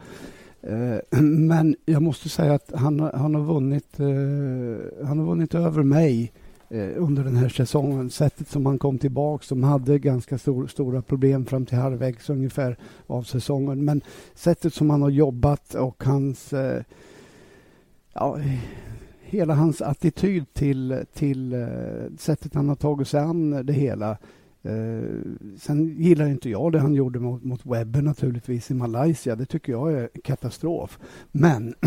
Men jag måste säga att han, han, har vunnit, han har vunnit över mig under den här säsongen. Sättet som han kom tillbaka, som hade ganska stor, stora problem fram till halvvägs ungefär av säsongen. Men sättet som han har jobbat och hans, ja, hela hans attityd till, till sättet han har tagit sig an det hela. Uh, sen gillar inte jag det han gjorde mot, mot Webber naturligtvis i Malaysia. Det tycker jag är katastrof. Men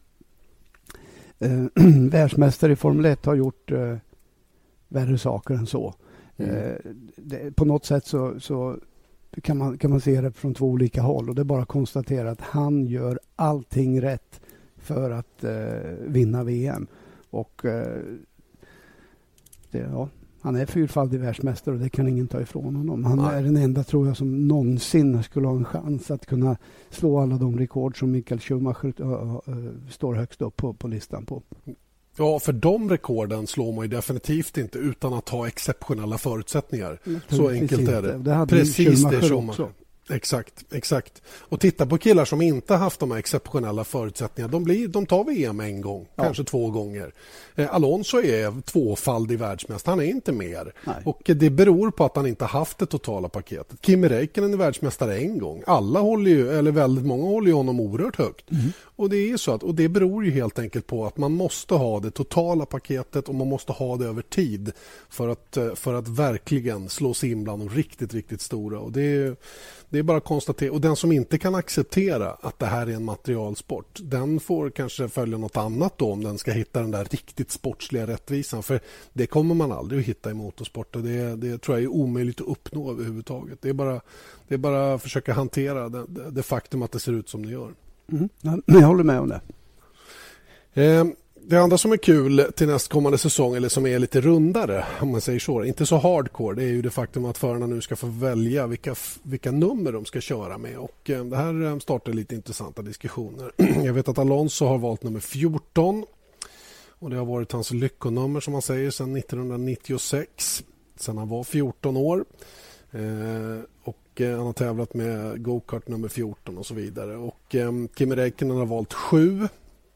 uh, världsmästare i Formel ett har gjort uh, värre saker än så. Mm. Uh, det, på något sätt så, så kan, man, kan man se det från två olika håll. Och det är bara att konstatera att han gör allting rätt för att uh, vinna V M. Och uh, det, ja... Han är fyrfaldig världsmästare och det kan ingen ta ifrån honom. Han Nej. är den enda, tror jag, som någonsin skulle ha en chans att kunna slå alla de rekord som Michael Schumacher äh, äh, står högst upp på, på listan på. Ja, för de rekorden slår man ju definitivt inte utan att ha exceptionella förutsättningar. Så enkelt inte. är det. Det hade Precis Schumacher det Schumacher. Också. Exakt, exakt. Och titta på killar som inte haft de här exceptionella förutsättningarna. De, blir, de tar V M en gång, ja. kanske två gånger. Eh, Alonso är tvåfaldig världsmästare, han är inte mer. Nej. Och det beror på att han inte haft det totala paketet. Kimi Räikkönen är världsmästare en gång. Alla håller ju, eller väldigt många håller ju honom oerhört högt. Mm. Och det är så att, och det beror ju helt enkelt på att man måste ha det totala paketet och man måste ha det över tid för att, för att verkligen slå sig in bland de riktigt, riktigt stora. Och det är Det är bara att konstatera. Och den som inte kan acceptera att det här är en materialsport, den får kanske följa något annat då om den ska hitta den där riktigt sportsliga rättvisan. För det kommer man aldrig att hitta i motorsport. Och det, det tror jag är omöjligt att uppnå överhuvudtaget. Det är bara, det är bara att försöka hantera det, det, det faktum att det ser ut som det gör. Mm. Jag håller med om det. Eh, Det andra som är kul till nästkommande säsong, eller som är lite rundare om man säger så, inte så hardcore, det är ju det faktum att förarna nu ska få välja vilka, vilka nummer de ska köra med. Och eh, det här startar lite intressanta diskussioner. Jag vet att Alonso har valt nummer fjorton och det har varit hans lyckonummer som man säger sedan nittonhundranittiosex, sedan han var fjorton år. Eh, och eh, han har tävlat med go-kart nummer fjorton och så vidare. Och eh, Kimi Räikkönen har valt sju.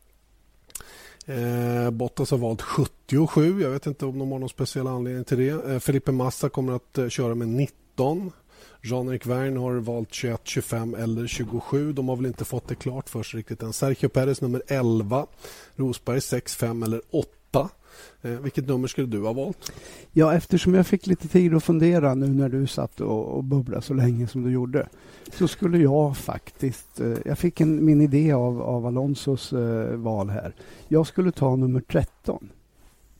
Eh, Bottas har valt sjuttiosju. Jag vet inte om de har någon speciell anledning till det. eh, Felipe Massa kommer att eh, köra med nitton. Jean-Eric Verne har valt tjugoett, tjugofem eller tjugosju. De har väl inte fått det klart för sig riktigt än. Sergio Perez nummer elva. Rosberg sex, fem eller åtta. Eh, vilket nummer skulle du ha valt? Ja, eftersom jag fick lite tid att fundera nu när du satt och, och bubblade så länge som du gjorde, så skulle jag faktiskt, eh, jag fick en, min idé av, av Alonsos eh, val här. Jag skulle ta nummer tretton.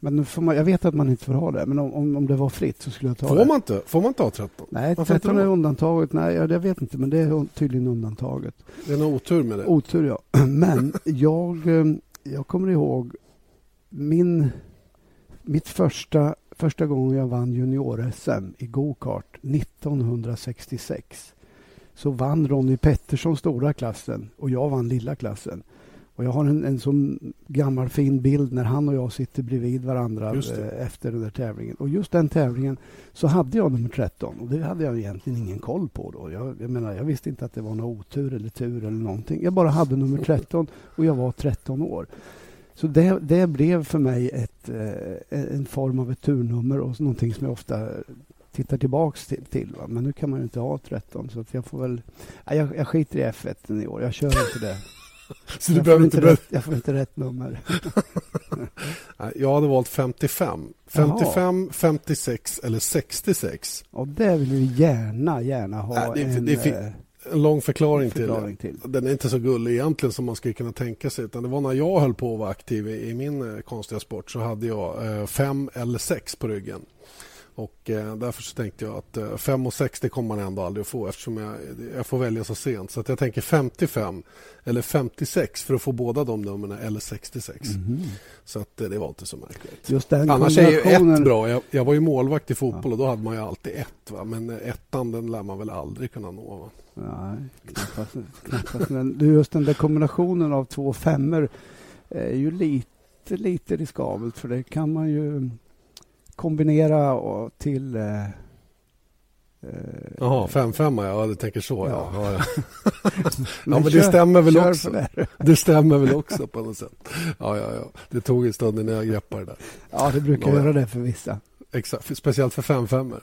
Men nu får man, jag vet att man inte får ha det, men om, om, om det var fritt så skulle jag ta får det. Man inte, får man inte ha tretton? Nej, varför tretton är undantaget. Nej, jag, jag vet inte, men det är tydligen undantaget. Det är någon otur med det. Otur, ja. Men jag, jag kommer ihåg min, mitt första, första gången jag vann junior-S M i go-kart nittonhundrasextiosex. Så vann Ronny Pettersson stora klassen och jag vann lilla klassen. Och jag har en, en sån gammal fin bild när han och jag sitter bredvid varandra eh, efter den där tävlingen. Och just den tävlingen så hade jag nummer tretton. Och det hade jag egentligen ingen koll på då. Jag, jag menar, jag visste inte att det var någon otur eller tur eller någonting. Jag bara hade nummer tretton och jag var tretton år. Så det, det blev för mig ett, eh, en form av ett turnummer och någonting som jag ofta tittar tillbaks till. till va? Men nu kan man ju inte ha tretton. Så att jag får väl... Nej, jag, jag skiter i F ett i år. Jag kör inte det. Så du jag, behöver får inte inte ber- rätt, jag får inte rätt nummer. Jag hade valt femtiofem. femtiofem, Jaha. femtiosex eller sextiosex. Och det vill vi gärna, gärna ha. Nej, det, en, det är en lång förklaring, förklaring till, till. Den är inte så gullig egentligen som man skulle kunna tänka sig. Utan det var när jag höll på att vara aktiv i, i min eh, konstiga sport så hade jag eh, fem eller sex på ryggen. Och eh, därför så tänkte jag att eh, fem och sex det kommer man ändå aldrig att få eftersom jag, jag får välja så sent. Så att jag tänker femtiofem eller femtiosex för att få båda de numren eller sextiosex. Mm. Så att eh, det var inte så märkligt. Just den annars är ju ett bra. Jag, jag var ju målvakt i fotboll ja. Och då hade man ju alltid ett. Va? Men ettan den lär man väl aldrig kunna nå. Va? Nej, knappast. knappast. Men just den där kombinationen av två femmor är ju lite, lite riskabelt för det kan man ju kombinera och till... Eh, Jaha, fem fem ja, du tänker så. Ja, ja, ja. ja men, men det kör, stämmer väl också. Det. det stämmer väl också på något sätt. Ja, ja, ja. Det tog en stund när jag greppade det där. Ja, det brukar ja, göra det för vissa. Exakt, speciellt för fem femmor.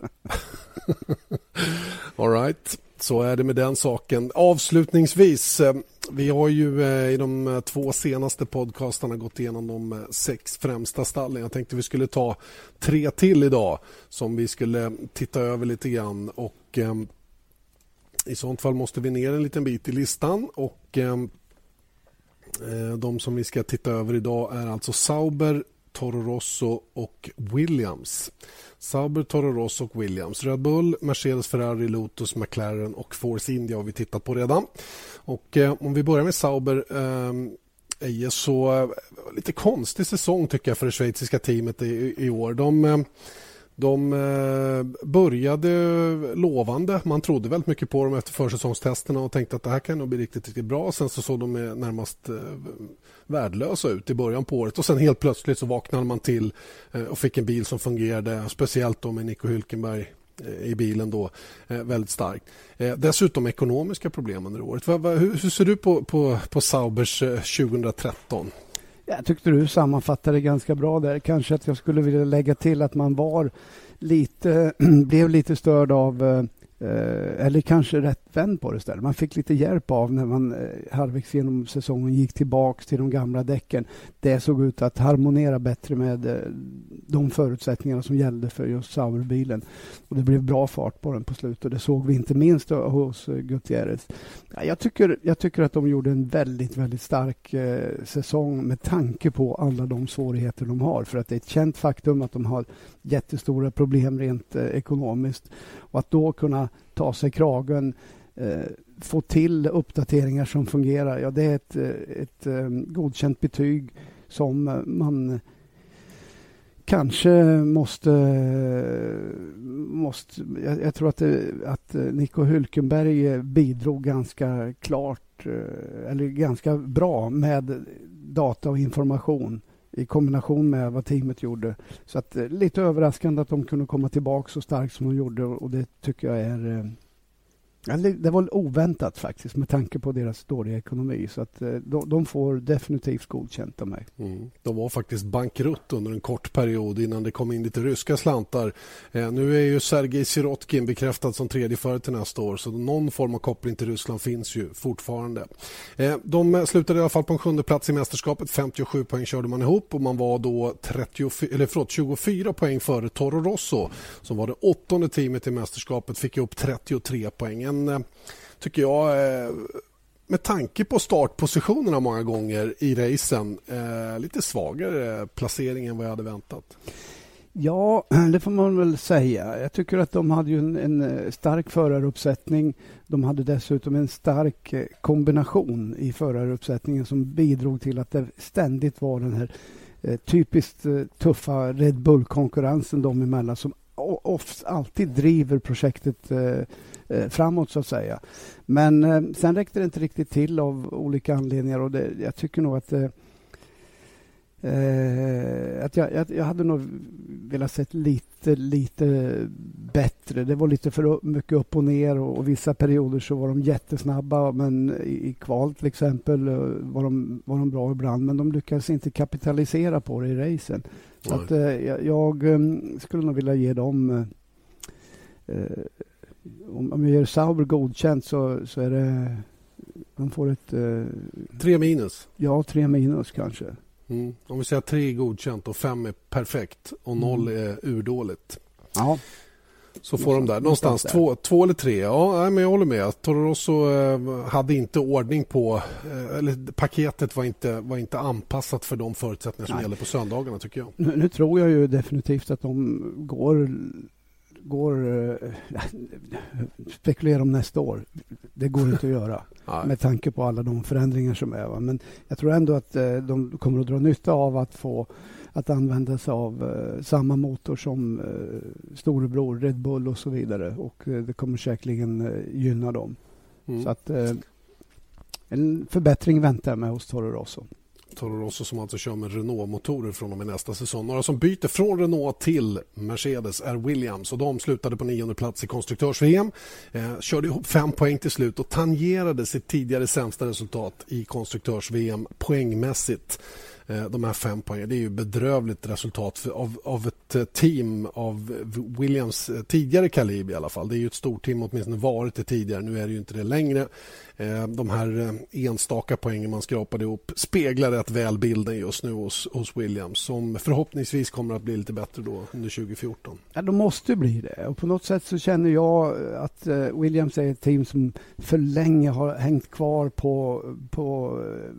All right. Så är det med den saken. Avslutningsvis, vi har ju i de två senaste podcastarna gått igenom de sex främsta stallen. Jag tänkte vi skulle ta tre till idag som vi skulle titta över lite grann. Och eh, i sånt fall måste vi ner en liten bit i listan. Och eh, de som vi ska titta över idag är alltså Sauber, Toro Rosso och Williams. Sauber, Toro Rosso och Williams. Red Bull, Mercedes, Ferrari, Lotus, McLaren och Force India har vi tittat på redan. Och eh, om vi börjar med Sauber eh, så eh, lite konstig säsong tycker jag för det schweiziska teamet i, i år. De, eh, de eh, började lovande. Man trodde väldigt mycket på dem efter försäsongstesterna och tänkte att det här kan nog bli riktigt, riktigt bra. Sen så såg de närmast eh, värdelösa ut i början på året och sen helt plötsligt så vaknade man till eh, och fick en bil som fungerade, speciellt då med Nico Hülkenberg eh, i bilen då, eh, väldigt starkt. Eh, dessutom ekonomiska problem under året. Va, va, hur, hur ser du på, på, på Saubers eh, tjugohundratretton? Jag tyckte du sammanfattade ganska bra där. Kanske att jag skulle vilja lägga till att man var lite, blev lite störd av eh, eller kanske rätt vänd på det istället. Man fick lite hjälp av när man eh, halvvägs genom säsongen gick tillbaks till de gamla däcken. Det såg ut att harmonera bättre med eh, de förutsättningarna som gällde för just Sauberbilen. Och det blev bra fart på den på slutet. Och det såg vi inte minst hos eh, Gutierrez. Ja, jag, tycker, jag tycker att de gjorde en väldigt, väldigt stark eh, säsong med tanke på alla de svårigheter de har. För att det är ett känt faktum att de har jättestora problem rent eh, ekonomiskt. Och att då kunna ta sig kragen, eh, få till uppdateringar som fungerar. Ja, det är ett, ett, ett godkänt betyg som man kanske måste... måste jag, jag tror att, det, att Nico Hülkenberg bidrog ganska klart eller ganska bra med data och information i kombination med vad teamet gjorde. Så att lite överraskande att de kunde komma tillbaka så starkt som de gjorde och det tycker jag är... Det var oväntat faktiskt med tanke på deras dåliga ekonomi. Så att de, de får definitivt godkänt av mig. Mm. De var faktiskt bankrutt under en kort period innan det kom in lite ryska slantar. Eh, nu är ju Sergej Sirotkin bekräftad som tredje förare till nästa år. Så någon form av koppling till Ryssland finns ju fortfarande. Eh, de slutade i alla fall på en sjunde plats i mästerskapet. femtiosju poäng körde man ihop och man var då trettio, eller förlåt, tjugofyra poäng före Toro Rosso som var det åttonde teamet i mästerskapet. Fick ihop trettiotre poäng. En, tycker jag, med tanke på startpositionerna många gånger i racen eh, lite svagare placering än vad jag hade väntat. Ja, det får man väl säga. Jag tycker att de hade ju en, en stark föraruppsättning. De hade dessutom en stark kombination i föraruppsättningen som bidrog till att det ständigt var den här eh, typiskt eh, tuffa Red Bull-konkurrensen de emellan som ofta alltid driver projektet eh, eh, framåt så att säga. Men eh, sen räckte det inte riktigt till av olika anledningar och det, jag tycker nog att eh, Eh, att jag, jag, jag hade nog velat sett lite, lite bättre. Det var lite för mycket upp och ner och, och vissa perioder så var de jättesnabba men i, i kval till exempel var de, var de bra ibland men de lyckades inte kapitalisera på det i racen. Så att, eh, jag, jag skulle nog vilja ge dem eh, om, om jag ger Sauber godkänt så, så är det de får ett eh, tre minus. Ja, tre minus kanske. Mm. Om vi säger tre är godkänt och fem är perfekt och noll är urdåligt. Ja. Så får de där. Någonstans två, två eller tre. Ja, men jag håller med. Toro Rosso eh, hade inte ordning på... Eh, eller paketet var inte, var inte anpassat för de förutsättningar som Nej. gäller på söndagarna tycker jag. Nu, nu tror jag ju definitivt att de går... går eh, spekulera om nästa år. Det går inte att göra. Med tanke på alla de förändringar som är. Va? Men jag tror ändå att eh, de kommer att dra nytta av att få att använda sig av eh, samma motor som eh, storebror, Red Bull och så vidare. Och eh, det kommer säkerligen eh, gynna dem. Mm. Så att eh, en förbättring väntar jag med hos Toro Rosso. Toro Rosso som alltså kör med Renault-motorer från och med nästa säsong. Några som byter från Renault till Mercedes är Williams och de slutade på nionde plats i konstruktörs-V M. Eh, körde ihop fem poäng till slut och tangerade sitt tidigare sämsta resultat i konstruktörs-V M poängmässigt. Eh, de här fem poängen, det är ju bedrövligt resultat för, av, av ett team av Williams tidigare kaliber i alla fall. Det är ju ett stort team, åtminstone varit det tidigare. Nu är det ju inte det längre. De här enstaka poängen man skrapade ihop speglar rätt väl bilden just nu hos, hos Williams som förhoppningsvis kommer att bli lite bättre då under tjugo fjorton. Ja, de måste bli det. Och på något sätt så känner jag att Williams är ett team som för länge har hängt kvar på... på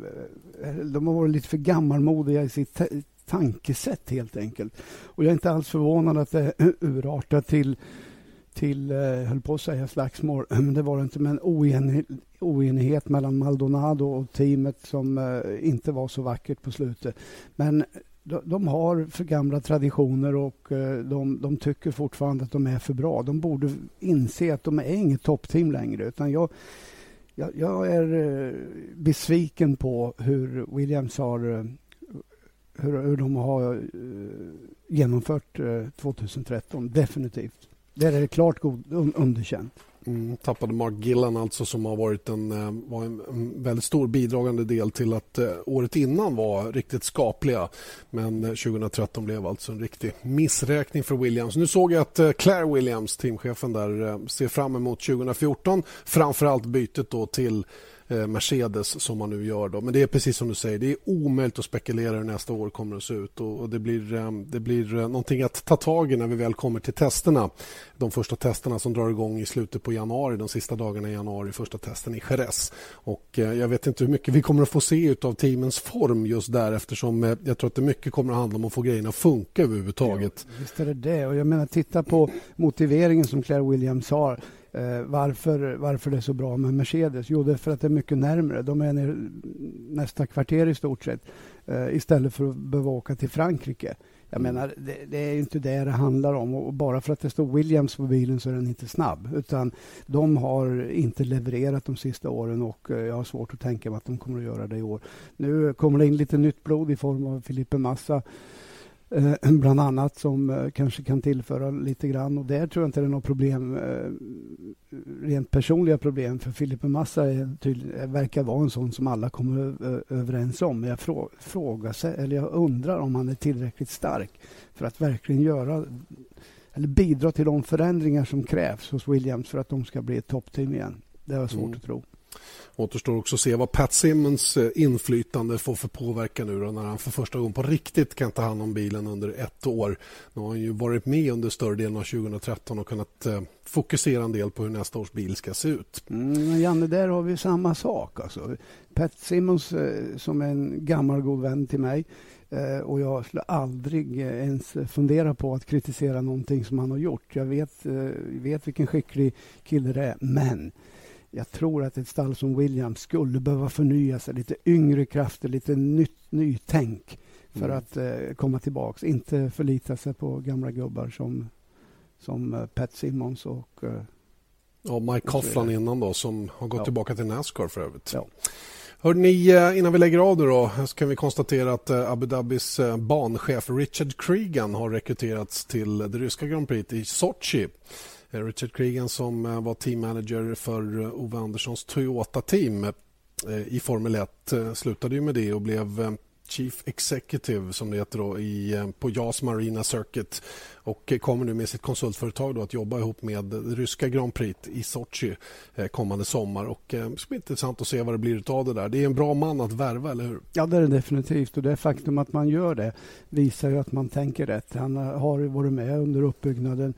de har varit lite för gammalmodiga i sitt tankesätt helt enkelt. Och jag är inte alls förvånad att det urartar till... till, höll på att säga slagsmål, men det var det inte, men oenighet, oenighet mellan Maldonado och teamet som uh, inte var så vackert på slutet. Men de, de har för gamla traditioner och uh, de, de tycker fortfarande att de är för bra. De borde inse att de är inget toppteam längre, utan jag, jag, jag är uh, besviken på hur Williams har uh, hur, hur de har uh, genomfört uh, tjugohundratretton, definitivt. Det är klart god, underkänt. Mm, tappade Mark Gillan alltså som har varit en, var en, en väldigt stor bidragande del till att eh, året innan var riktigt skapliga. Men eh, tjugohundratretton blev alltså en riktig missräkning för Williams. Nu såg jag att eh, Claire Williams, teamchefen där, eh, ser fram emot tjugohundrafjorton. Framförallt bytet då till Mercedes som man nu gör då. Men det är precis som du säger, det är omöjligt att spekulera hur nästa år kommer att se ut och det blir, det blir någonting att ta tag i när vi väl kommer till testerna. De första testerna som drar igång i slutet på januari, de sista dagarna i januari, första testen i Jerez. Och jag vet inte hur mycket vi kommer att få se av teamens form just där eftersom jag tror att det mycket kommer att handla om att få grejerna att funka överhuvudtaget. Ja, visst är det det. Och jag menar, titta på motiveringen som Claire Williams har. Eh, varför, varför det är så bra med Mercedes? Jo, det är för att det är mycket närmare. De är ner, nästa kvarter i stort sett. Eh, istället för att behöva åka till Frankrike. Jag menar, det, det är inte det det handlar om. Och bara för att det står Williams på bilen så är den inte snabb. Utan de har inte levererat de sista åren och jag har svårt att tänka mig att de kommer att göra det i år. Nu kommer det in lite nytt blod i form av Felipe Massa. Eh, bland annat som eh, kanske kan tillföra lite grann och där tror jag inte det är något problem eh, rent personliga problem för Felipe Massa är tydlig, verkar vara en sån som alla kommer ö- överens om. Men jag frå- frågar sig, eller jag undrar om han är tillräckligt stark för att verkligen göra eller bidra till de förändringar som krävs hos Williams för att de ska bli ett toppteam igen. Det är svårt mm. att tro. Återstår också att se vad Pat Simmons inflytande får för påverkan nu då, när han för första gången på riktigt kan ta hand om bilen under ett år. Nu har han ju varit med under större delen av tjugohundratretton och kunnat eh, fokusera en del på hur nästa års bil ska se ut. Mm, Janne, där har vi samma sak. Alltså. Pat Simmons eh, som är en gammal god vän till mig, eh, och jag skulle aldrig eh, ens fundera på att kritisera någonting som han har gjort. Jag vet, eh, vet vilken skicklig kille det är, men jag tror att ett stall som Williams skulle behöva förnya sig. Lite yngre krafter, lite nytt, nytänk för mm. att eh, komma tillbaka. Inte förlita sig på gamla gubbar som, som eh, Pat Simmons och... Eh, ja, Mike Coughlin innan då, som har gått ja. tillbaka till NASCAR för övrigt. Ja. Hör ni, innan vi lägger av nu då, så kan vi konstatera att Abu Dhabis banchef Richard Cregan har rekryterats till det ryska Grand Prix i Sochi. Richard Cregan som var teammanager för Ove Anderssons Toyota-team i Formel ett slutade ju med det och blev Chief Executive som det heter då, i, på Yas Marina Circuit och kommer nu med sitt konsultföretag då att jobba ihop med det ryska Grand Prix i Sochi kommande sommar och det ska bli intressant att se vad det blir av det där. Det är en bra man att värva, eller hur? Ja, det är det definitivt, och det faktum att man gör det visar ju att man tänker rätt. Han har ju varit med under uppbyggnaden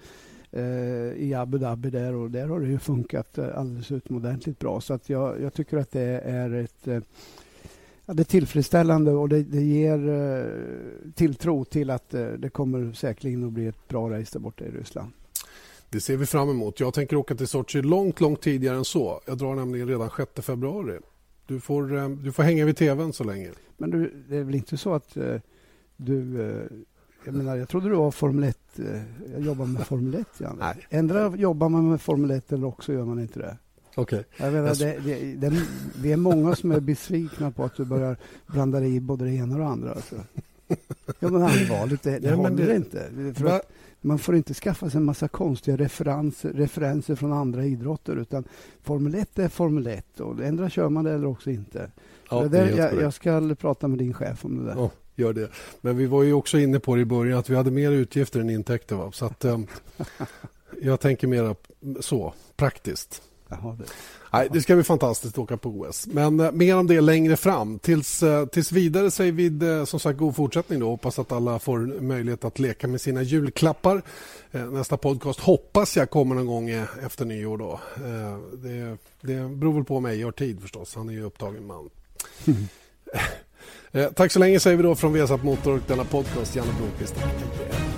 i Abu Dhabi där, och där har det ju funkat alldeles utomordentligt bra, så att jag, jag tycker att det är ett ja, det är tillfredsställande och det, det ger uh, tilltro till att uh, det kommer säkerligen att bli ett bra race där borta i Ryssland. Det ser vi fram emot. Jag tänker åka till Sochi långt, långt tidigare än så. Jag drar nämligen redan sjätte februari. Du får, uh, du får hänga vid tvn så länge. Men du, det är väl inte så att uh, du... Uh, Jag menar, jag trodde du var Formel ett. Jag jobbar med Formel ett. Ja. Nej. Ändra jobbar man med Formel ett eller också gör man inte det. Okej. Okay. Det, det, det, vi är många som är besvikna på att du börjar blanda dig i både det ena och det andra. Alltså. Ja, men allvarligt, det, det ja, håller det inte. För att man får inte skaffa sig en massa konstiga referenser, referenser från andra idrotter, utan Formel ett är Formel ett och ändra kör man det eller också inte. Ja, det där, jag, jag ska prata med din chef om det där. Oh. Gör det. Men vi var ju också inne på det i början att vi hade mer utgifter än intäkter. Va? Så att, um, jag tänker mer så, praktiskt. Jaha, det. Nej, det ska bli fantastiskt att åka på O S. Men uh, mer om det längre fram. Tills, uh, tills vidare säger vi uh, som sagt god fortsättning då. Hoppas att alla får möjlighet att leka med sina julklappar. Uh, nästa podcast hoppas jag kommer någon gång uh, efter nyår då. Uh, det, det beror väl på mig, jag har tid förstås. Han är ju upptagen man. Mm. Eh, tack så länge säger vi då från Viasat Motor och denna podcast. Janne Blomqvist.